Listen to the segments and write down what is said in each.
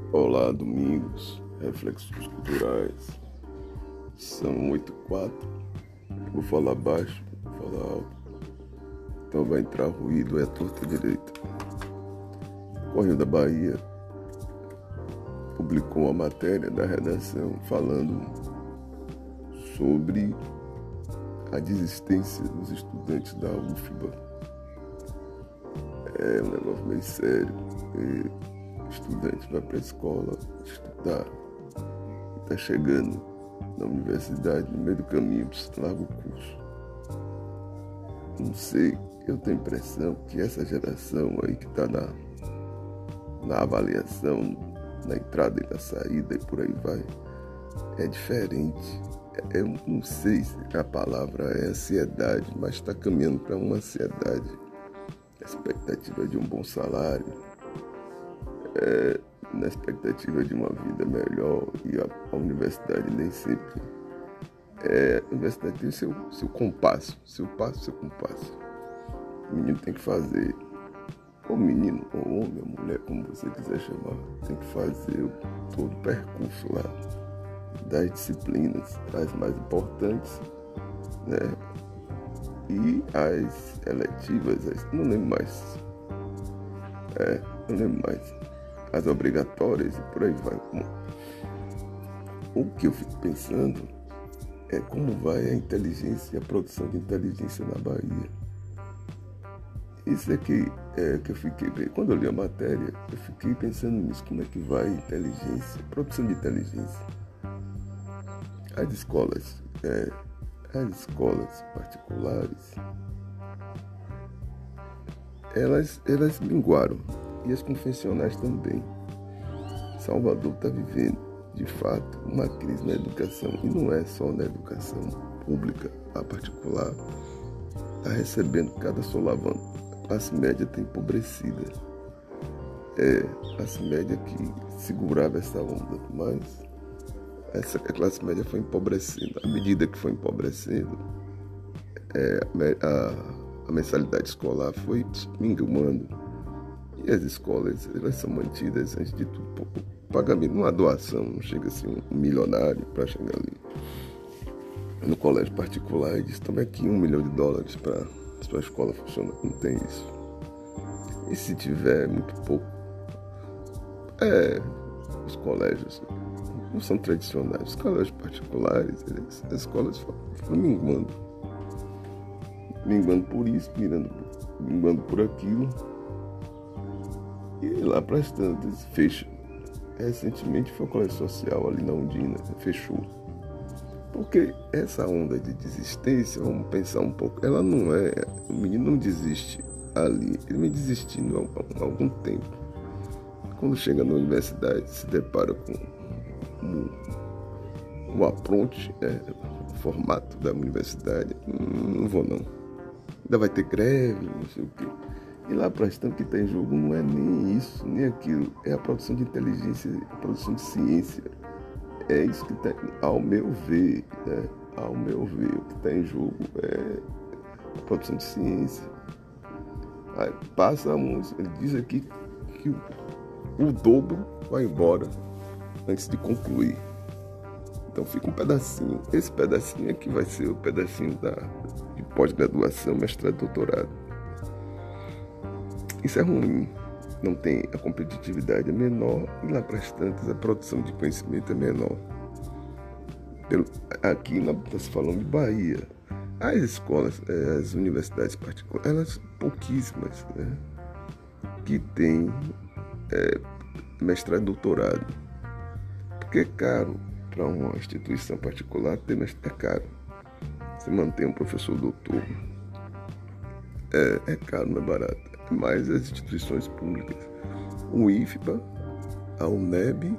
Olá, domingos, reflexões culturais. São 8h04. Vou falar baixo, vou falar alto. Então vai entrar ruído, é a torta direita. O Correio da Bahia publicou uma matéria da redação falando sobre a desistência dos estudantes da UFBA. É um negócio meio sério. O estudante vai para a escola estudar, está chegando na universidade, no meio do caminho, larga o curso. Não sei, eu tenho a impressão que essa geração aí que está na avaliação, na entrada e na saída e por aí vai, é diferente. Eu não sei se a palavra é ansiedade, mas está caminhando para uma ansiedade. A expectativa de um bom salário, na expectativa de uma vida melhor, e a universidade nem sempre. A universidade tem seu compasso, seu compasso. O menino tem que fazer, ou menino, ou homem, ou mulher, como você quiser chamar, tem que fazer todo o percurso lá, das disciplinas, as mais importantes, né? E as eletivas, não lembro mais, as obrigatórias e por aí vai. O que eu fico pensando é como vai a inteligência, a produção de inteligência na Bahia. Isso é que eu fiquei, quando eu li a matéria, eu fiquei pensando nisso, como é que vai a inteligência, a produção de inteligência. As escolas particulares, elas minguaram, e as convencionais também. Salvador está vivendo, de fato, uma crise na educação, e não é só na educação pública, a particular está recebendo cada solavanco. A classe média está empobrecida. A classe média que segurava essa onda, mas a classe média foi empobrecendo. À medida que foi empobrecendo, a mensalidade escolar foi minguando. E as escolas, elas são mantidas, antes de tudo, por pagamento, uma doação, não chega assim um milionário para chegar ali. No colégio particular, eles toma aqui $1 milhão para sua escola funcionar. Não tem isso. E se tiver, muito pouco. Os colégios não são tradicionais. Os colégios particulares, as escolas foram minguando. Minguando por isso, minguando por aquilo. E lá para as tantas, fecha. Recentemente foi o colégio social ali na Undina, fechou. Porque essa onda de desistência, vamos pensar um pouco, ela não é... O menino não desiste ali, ele vem desistindo há algum tempo. Quando chega na universidade, se depara com o apronte, o formato da universidade. Não vou não. Ainda vai ter greve, não sei o quê. E lá para tanto que está em jogo não é nem isso, nem aquilo. É a produção de inteligência, a produção de ciência. É isso que está, ao meu ver, o que está em jogo é a produção de ciência. Aí passa ele diz aqui que o dobro vai embora antes de concluir. Então fica um pedacinho. Esse pedacinho aqui vai ser o pedacinho de pós-graduação, mestrado e doutorado. Isso é ruim. Não tem, a competitividade é menor, e lá para as tantas a produção de conhecimento é menor. Aqui nós estamos falando de Bahia. As escolas, as universidades particulares, elas pouquíssimas, né, que têm mestrado e doutorado. Porque é caro para uma instituição particular ter mestrado, é caro. Você mantém um professor doutor. É caro, não é barato. Mas as instituições públicas, o IFBA, a UNEB,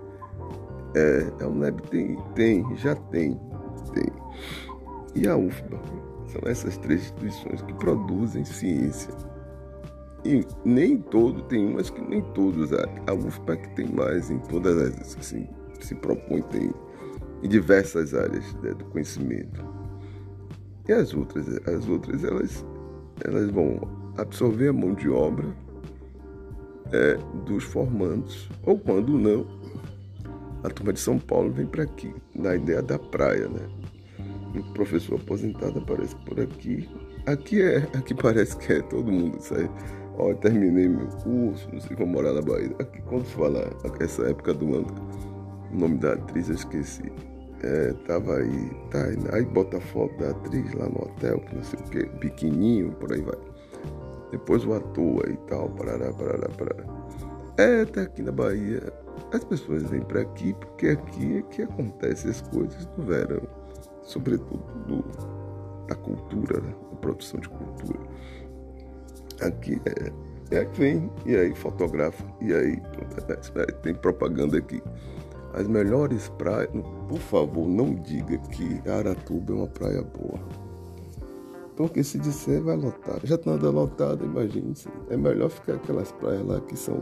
a UNEB já tem. E a UFBA, são essas três instituições que produzem ciência. E nem todo, tem umas que nem todos, a UFBA que tem mais em todas as, assim, se propõe, tem em diversas áreas, né, do conhecimento. E as outras elas vão absorver a mão de obra dos formandos, ou quando não, a turma de São Paulo vem para aqui, na ideia da praia, né? Um professor aposentado aparece por aqui. Aqui parece que é todo mundo sai. Ó, terminei meu curso, não sei, vou morar na Bahia. Aqui quando fala essa época do ano, o nome da atriz eu esqueci. Tava aí, aí bota a foto da atriz lá no hotel, não sei o que, pequenininho, por aí vai. Depois o ator aí e tal, parará. Tá aqui na Bahia. As pessoas vêm para aqui porque aqui é que acontecem as coisas do verão, sobretudo da cultura, né? Da produção de cultura. Aqui que vem, e aí fotografa, e aí tem propaganda aqui. As melhores praias, por favor, não diga que Aratuba é uma praia boa. Porque se disser, vai lotar. Já está andando lotada, imagine. É melhor ficar aquelas praias lá que são...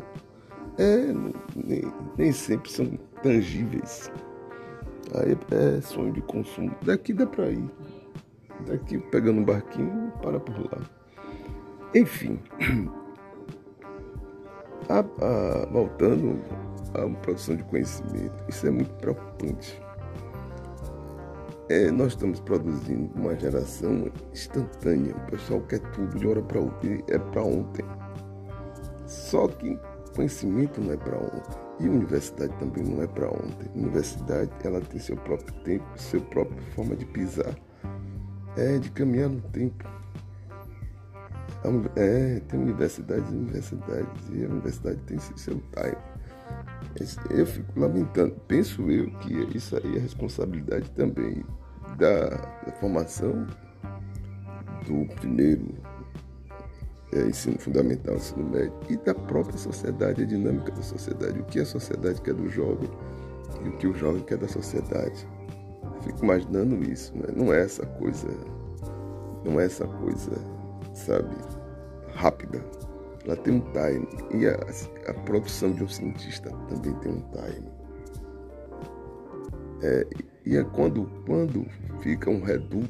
nem sempre são tangíveis. Aí é sonho de consumo. Daqui dá pra ir. Daqui pegando um barquinho, para por lá. Enfim. Voltando à produção de conhecimento, isso é muito preocupante. Nós estamos produzindo uma geração instantânea. O pessoal quer tudo de hora para outra, é para ontem. Só que conhecimento não é para ontem. E a universidade também não é para ontem. A universidade, ela tem seu próprio tempo, sua própria forma de pisar. De caminhar no tempo. Tem universidades, e a universidade tem seu time. Eu fico lamentando. Penso eu que isso aí é responsabilidade também da formação do primeiro ensino fundamental, ensino médio, e da própria sociedade, a dinâmica da sociedade, o que a sociedade quer do jovem e o que o jovem quer da sociedade. Fico imaginando isso, né? Não é essa coisa, sabe, rápida. Ela tem um time, e a produção de um cientista também tem um time. Quando fica um reduto,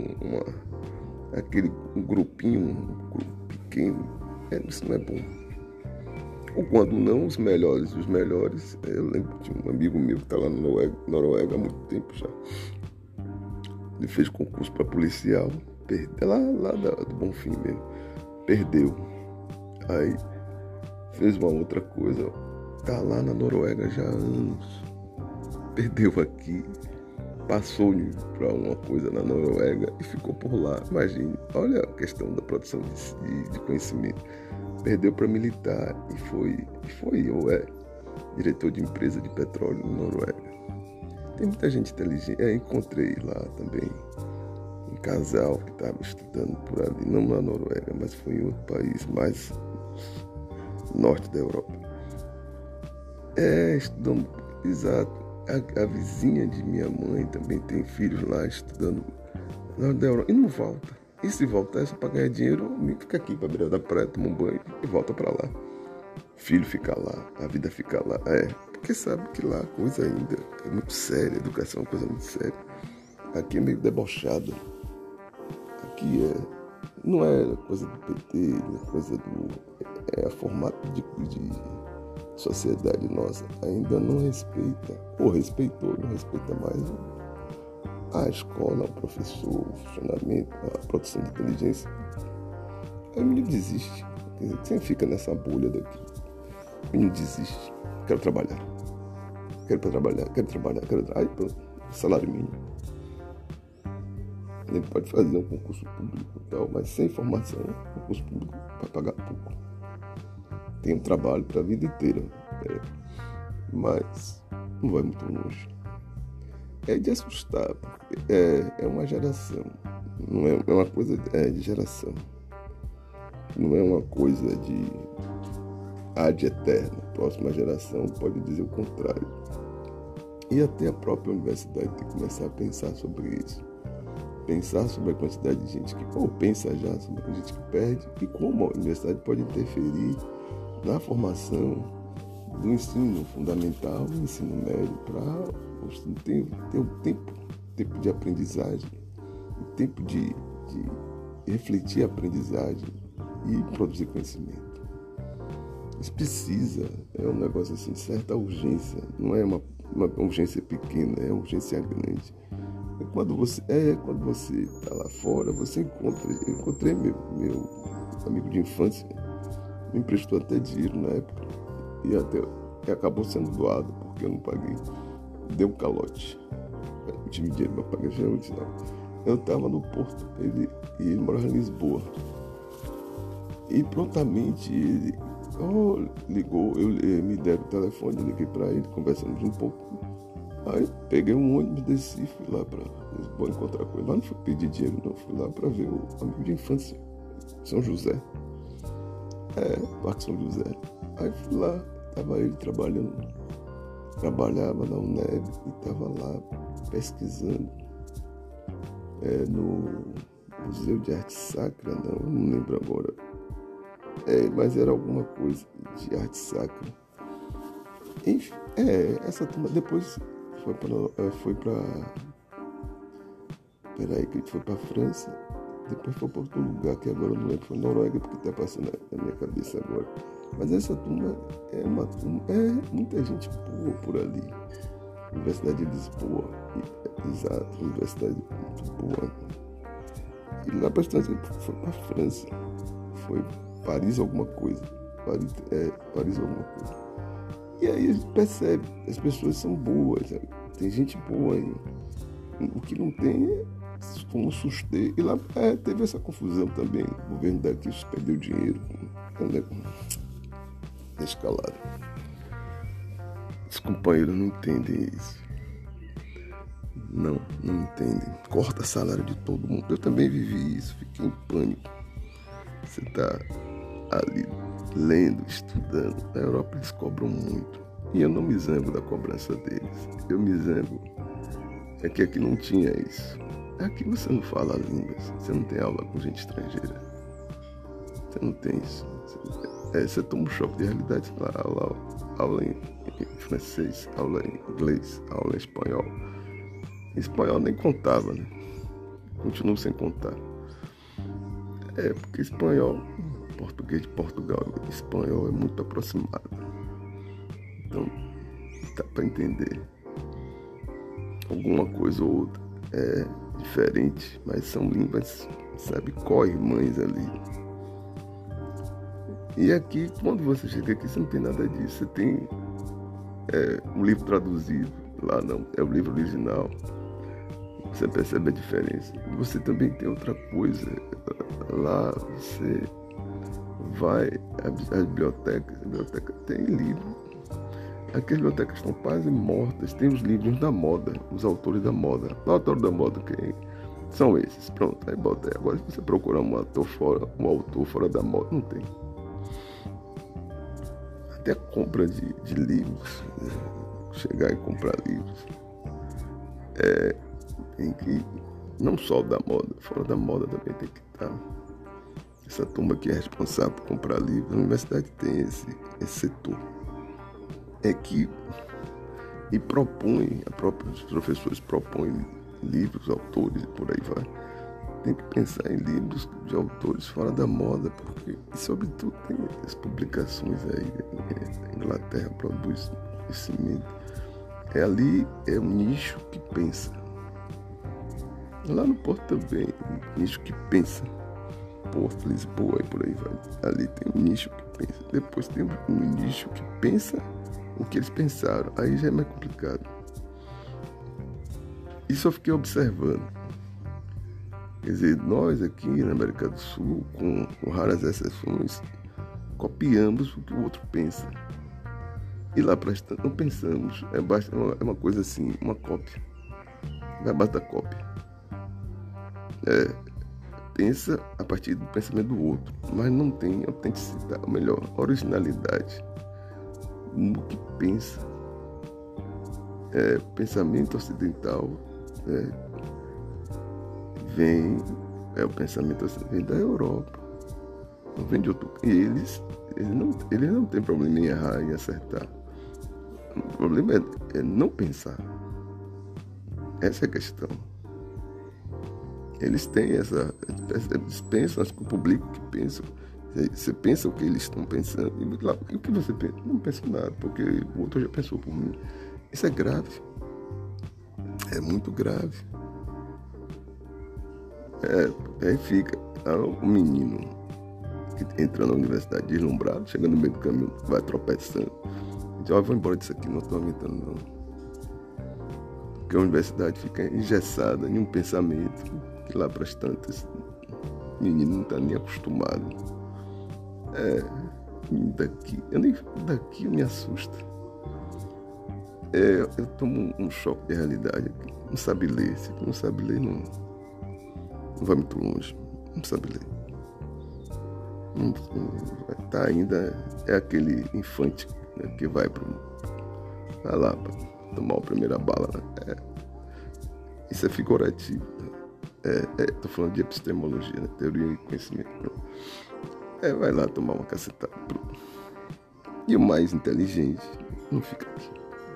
um grupinho pequeno, isso não é bom. Ou quando não, os melhores. Eu lembro de um amigo meu que está lá na Noruega há muito tempo já. Ele fez concurso para policial, perdeu, lá do Bonfim mesmo, perdeu. Aí fez uma outra coisa, tá lá na Noruega já há anos, perdeu aqui, passou para uma coisa na Noruega e ficou por lá. Imagine, olha a questão da produção de conhecimento. Perdeu para militar e foi ou é diretor de empresa de petróleo na Noruega. Tem muita gente inteligente. Encontrei lá também um casal que estava estudando por ali, não na Noruega, mas foi em outro país, mais norte da Europa. Estudando, exato. A vizinha de minha mãe também tem filhos lá estudando na norte da Europa e não volta. E se voltar é só para ganhar dinheiro, fica aqui para beira da praia, toma um banho e volta para lá. Filho fica lá, a vida fica lá. Porque sabe que lá a coisa ainda é muito séria, a educação é uma coisa muito séria. Aqui é meio debochado. Aqui não é coisa do PT, não é coisa do... formato de sociedade nossa. Ainda não respeita, ou respeitou, não respeita mais a escola, o professor, o funcionamento, a produção de inteligência. Aí o menino desiste. Sempre fica nessa bolha daqui. O menino desiste. Quero trabalhar. Aí pronto, salário mínimo. Ele pode fazer um concurso público e tal, mas sem formação, concurso público vai pagar pouco. Tem um trabalho para a vida inteira, mas não vai muito longe. É de assustar, porque é uma geração, não é uma coisa de geração, não é uma coisa de ad eterna. Próxima geração pode dizer o contrário. E até a própria universidade tem que começar a pensar sobre isso. Pensar sobre a quantidade de gente pensa já sobre a gente que perde e como a universidade pode interferir na formação do ensino fundamental e ensino médio para ter o tempo de aprendizagem, o tempo de refletir a aprendizagem e produzir conhecimento. Mas precisa, é um negócio assim, de certa urgência. Não é uma urgência pequena, é uma urgência grande. Quando você está lá fora, você encontra. Eu encontrei meu amigo de infância, me emprestou até dinheiro na época, e acabou sendo doado, porque eu não paguei. Deu um calote. Eu tive dinheiro para pagar, geralmente não. Eu estava no Porto, ele morava em Lisboa. E prontamente ele ligou, me deram o telefone, eu liguei para ele, conversamos um pouco. Aí peguei um ônibus, desci, fui lá para Lisboa encontrar com ele. Lá não fui pedir dinheiro, não, fui lá para ver o amigo de infância, São José. Parque São José. Aí fui lá, estava ele trabalhava na UNEB e estava lá pesquisando no Museu de Arte Sacra, não lembro agora. Mas era alguma coisa de arte sacra. Enfim, essa turma depois foi para Peraí, que foi para França, depois foi para outro lugar, que agora eu não lembro, foi Noruega, porque está passando na minha cabeça agora. Mas essa turma muita gente boa por ali. Universidade de Lisboa, exato, universidade muito boa. E lá para foi para França, foi Paris alguma coisa. Paris alguma coisa. E aí a gente percebe, as pessoas são boas, sabe? Tem gente boa aí. O que não tem é como suster. E lá teve essa confusão também. O governo daqui perdeu dinheiro. Escalado. Os companheiros não entendem isso. Não entendem. Corta salário de todo mundo. Eu também vivi isso, fiquei em pânico. Você está ali lendo, estudando. Na Europa eles cobram muito. E eu não me zango da cobrança deles. Eu me zango. É que aqui não tinha isso. Aqui você não fala línguas. Você não tem aula com gente estrangeira. Você não tem isso. Você toma um choque de realidade. Aula em francês, aula em inglês, aula em espanhol. Espanhol nem contava, né? Continuo sem contar. Porque espanhol, português de Portugal, espanhol é muito aproximado. Então, dá para entender. Alguma coisa ou outra é diferente, mas são línguas, sabe, co-irmãs ali. E aqui, quando você chega aqui, você não tem nada disso. Você tem um livro traduzido, lá não, é o livro original. Você percebe a diferença. Você também tem outra coisa. Lá você vai à biblioteca tem livro. Aqui as bibliotecas estão quase mortas. Tem os livros da moda, os autores da moda. O autor da moda, quem são esses? Pronto, aí bota aí. Agora, se você procurar um autor fora da moda, não tem. Até a compra de livros, né? Chegar e comprar livros, tem que, não só da moda, fora da moda também tem que estar. Essa turma que é responsável por comprar livros, a universidade tem esse setor. E propõe, os professores propõem livros, autores e por aí vai. Tem que pensar em livros de autores fora da moda, porque, sobretudo, tem as publicações aí. A Inglaterra produz conhecimento. Ali é um nicho que pensa. Lá no Porto também, um nicho que pensa. Porto, Lisboa e por aí vai. Ali tem um nicho que pensa. Depois tem um nicho que pensa o que eles pensaram. Aí já é mais complicado. Isso eu fiquei observando. Quer dizer, nós aqui na América do Sul, com raras exceções, copiamos o que o outro pensa. E lá para estar não pensamos. É uma coisa assim, uma cópia. Vai basta cópia. Pensa a partir do pensamento do outro, mas não tem autenticidade, ou melhor, originalidade no que pensa. Pensamento ocidental o pensamento ocidental vem da Europa, não vem de outro. E eles não têm problema em errar e acertar. O problema é não pensar. Essa é a questão. Eles têm eles pensam, acho que o público que pensa, Você pensa o que eles estão pensando. E o que você pensa? Não penso nada, porque o outro já pensou por mim. Isso é grave. É muito grave. Aí fica o menino que entra na universidade deslumbrado, chega no meio do caminho, vai tropeçando. Diz, eu vou embora disso aqui, não estou aguentando não. Porque a universidade fica engessada em um pensamento que lá para as tantas o menino não está nem acostumado. Daqui eu me assusta. Eu tomo um choque de realidade aqui. Não sabe ler. Se não sabe ler, não vai muito longe. Não sabe ler. Tá ainda é aquele infante, né, que vai lá para tomar a primeira bala. Né? Isso é figurativo. Tô falando de epistemologia, né? Teoria e conhecimento. Vai lá tomar uma cacetada. E o mais inteligente não fica aqui.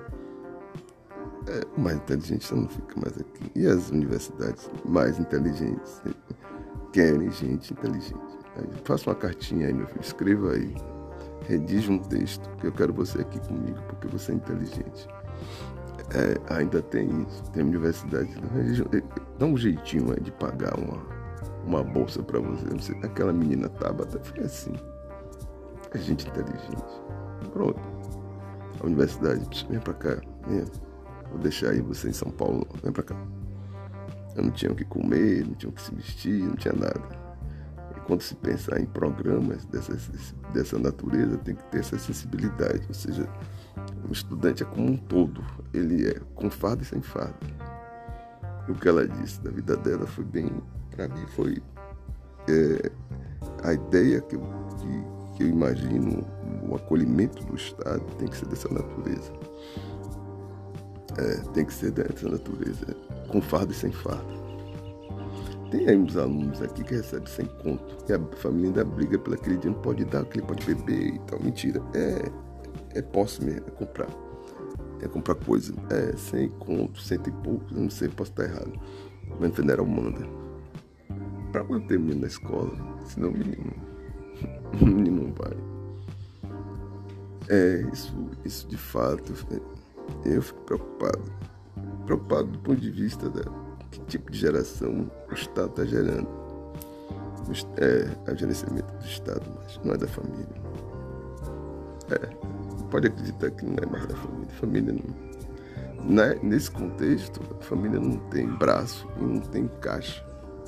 O mais inteligente não fica mais aqui. E as universidades mais inteligentes querem gente inteligente. Faça uma cartinha aí, meu filho. Escreva aí. Redige um texto, que eu quero você aqui comigo, porque você é inteligente. Ainda tem isso. Tem universidade. Dá um jeitinho aí de pagar uma bolsa para você. Não sei, aquela menina Tabata foi assim. É gente inteligente. Pronto. A universidade, vem pra cá. Vem. Vou deixar aí você em São Paulo. Vem pra cá. Eu não tinha o que comer, não tinha o que se vestir, não tinha nada. E quando se pensar em programas dessa natureza, tem que ter essa sensibilidade. Ou seja, o estudante é como um todo. Ele é com farda e sem farda. E o que ela disse da vida dela foi bem... Para mim foi a ideia que eu imagino, o acolhimento do Estado tem que ser dessa natureza. Tem que ser dessa natureza, com farda e sem farda. Tem aí uns alunos aqui que recebem 100 conto, e a família ainda briga pelo aquele dia, não pode dar, que ele pode beber e tal. Mentira, é posse mesmo, é comprar. É comprar coisa. 100 conto, 100 e poucos, eu não sei, posso estar errado. Mas o federal manda. Para manter o menino na escola, senão o menino não vai. Isso de fato, eu fico preocupado. Preocupado do ponto de vista da que tipo de geração o Estado está gerando. É o gerenciamento do Estado, mas não é da família. Pode acreditar que não é mais da família. A família não. Nesse contexto, a família não tem braço e não tem caixa.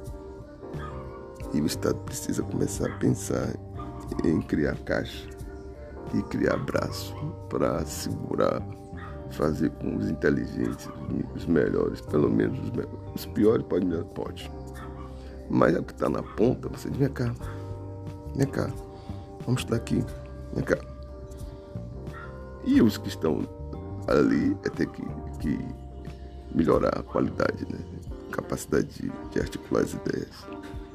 E o Estado precisa começar a pensar em criar caixa e criar braço para segurar, fazer com os inteligentes, os melhores, pelo menos os melhores. Os piores pode. Mas é o que está na ponta, você diz, vem cá, vamos estudar aqui, vem cá. E os que estão ali ter que melhorar a qualidade, né? Capacidade de articular as ideias.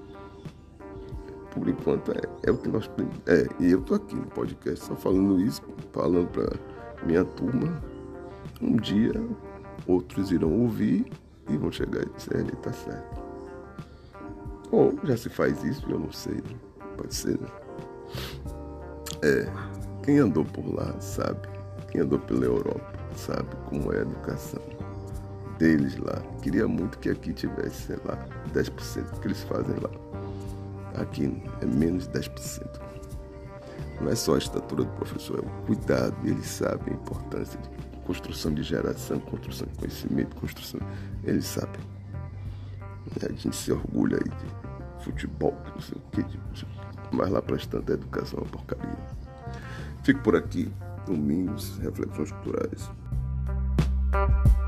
Por enquanto é o que nós temos. E eu tô aqui no podcast só falando isso, falando para minha turma. Um dia outros irão ouvir e vão chegar e dizer, ele tá certo. Ou já se faz isso, eu não sei, né? Pode ser, né? Quem andou por lá sabe, quem andou pela Europa sabe como é a educação deles lá. Queria muito que aqui tivesse, sei lá, 10% do que eles fazem lá. Aqui é menos de 10%. Não é só a estatura do professor, é o cuidado. Eles sabem a importância de construção de geração, construção de conhecimento, Eles sabem. A gente se orgulha aí de futebol, não sei o que, mas lá para tanto a educação é uma porcaria. Fico por aqui, domingos, reflexões culturais.